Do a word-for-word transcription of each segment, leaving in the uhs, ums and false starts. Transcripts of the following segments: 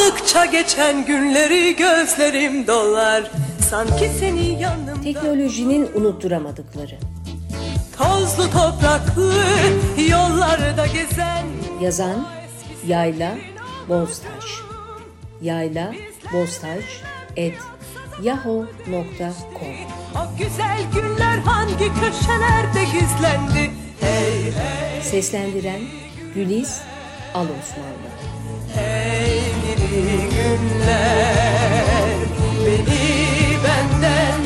Andıkça geçen günleri gözlerim dolar. Sanki seni yanımda. Teknolojinin unutturamadıkları. Tozlu topraklı yollarda gezen. Yazan Yayla Boztaş. Yayla Boztaş et yahoo nokta com. O güzel günler hangi köşelerde gizlendi? Hey hey. Seslendiren Güliz Alosmanlı. Hey gidi günler beni benden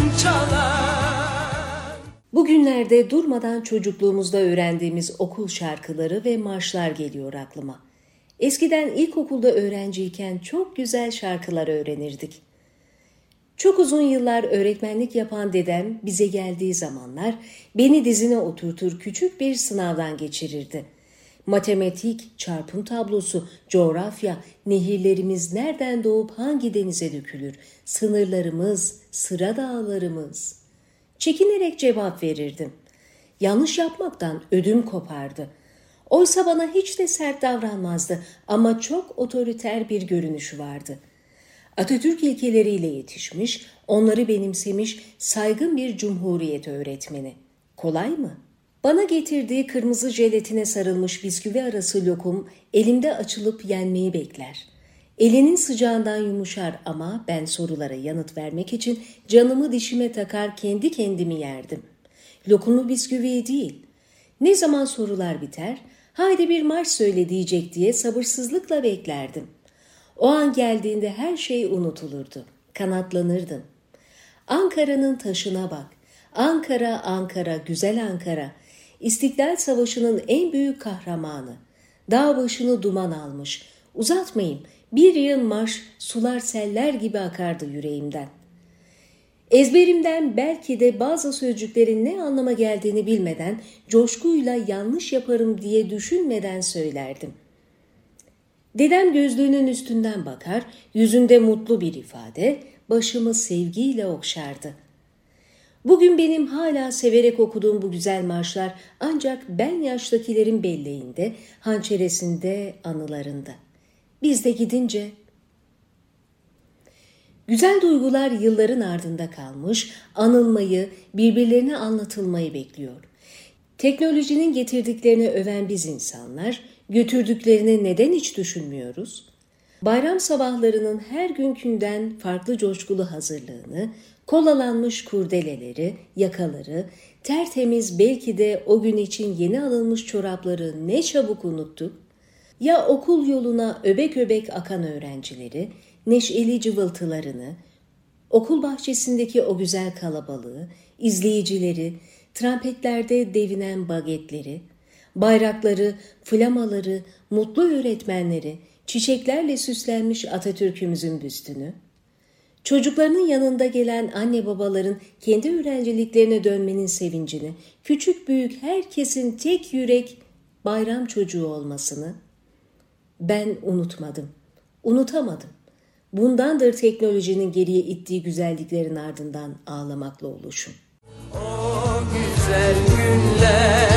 çalar. Bugünlerde durmadan çocukluğumuzda öğrendiğimiz okul şarkıları ve marşlar geliyor aklıma. Eskiden ilkokulda öğrenciyken çok güzel şarkılar öğrenirdik. Çok uzun yıllar öğretmenlik yapan dedem bize geldiği zamanlar beni dizine oturtur küçük bir sınavdan geçirirdi. Matematik, çarpım tablosu, coğrafya, nehirlerimiz nereden doğup hangi denize dökülür, sınırlarımız, sıra dağlarımız. Çekinerek cevap verirdim. Yanlış yapmaktan ödüm kopardı. Oysa bana hiç de sert davranmazdı ama çok otoriter bir görünüşü vardı. Atatürk ilkeleriyle yetişmiş, onları benimsemiş saygın bir cumhuriyet öğretmeni. Kolay mı? Bana getirdiği kırmızı jelatine sarılmış bisküvi arası lokum elimde açılıp yenmeyi bekler. Elinin sıcağından yumuşar ama ben sorulara yanıt vermek için canımı dişime takar kendi kendimi yerdim. Lokumu bisküviye değil. Ne zaman sorular biter, haydi bir marş söyle diyecek diye sabırsızlıkla beklerdim. O an geldiğinde her şey unutulurdu. Kanatlanırdım. Ankara'nın taşına bak. Ankara, Ankara, güzel Ankara. İstiklal Savaşı'nın en büyük kahramanı. Dağ başını duman almış. Uzatmayayım, bir yığın marş sular seller gibi akardı yüreğimden. Ezberimden belki de bazı sözcüklerin ne anlama geldiğini bilmeden, coşkuyla yanlış yaparım diye düşünmeden söylerdim. Dedem gözlüğünün üstünden bakar, yüzünde mutlu bir ifade, başımı sevgiyle okşardı. Bugün benim hala severek okuduğum bu güzel marşlar ancak ben yaştakilerin belleğinde, hançeresinde, anılarında. Biz de gidince... Güzel duygular yılların ardında kalmış, anılmayı, birbirlerine anlatılmayı bekliyor. Teknolojinin getirdiklerini öven biz insanlar, götürdüklerini neden hiç düşünmüyoruz? Bayram sabahlarının her günkünden farklı coşkulu hazırlığını, kolalanmış kurdeleleri, yakaları, tertemiz belki de o gün için yeni alınmış çorapları ne çabuk unuttuk. Ya okul yoluna öbek öbek akan öğrencileri, neşeli cıvıltılarını, okul bahçesindeki o güzel kalabalığı, izleyicileri, trampetlerde devinen bagetleri, bayrakları, flamaları, mutlu öğretmenleri, çiçeklerle süslenmiş Atatürk'ümüzün büstünü, çocuklarının yanında gelen anne babaların kendi öğrenciliklerine dönmenin sevincini, küçük büyük herkesin tek yürek bayram çocuğu olmasını ben unutmadım, unutamadım. Bundandır teknolojinin geriye ittiği güzelliklerin ardından ağlamakla oluşum. O güzel günler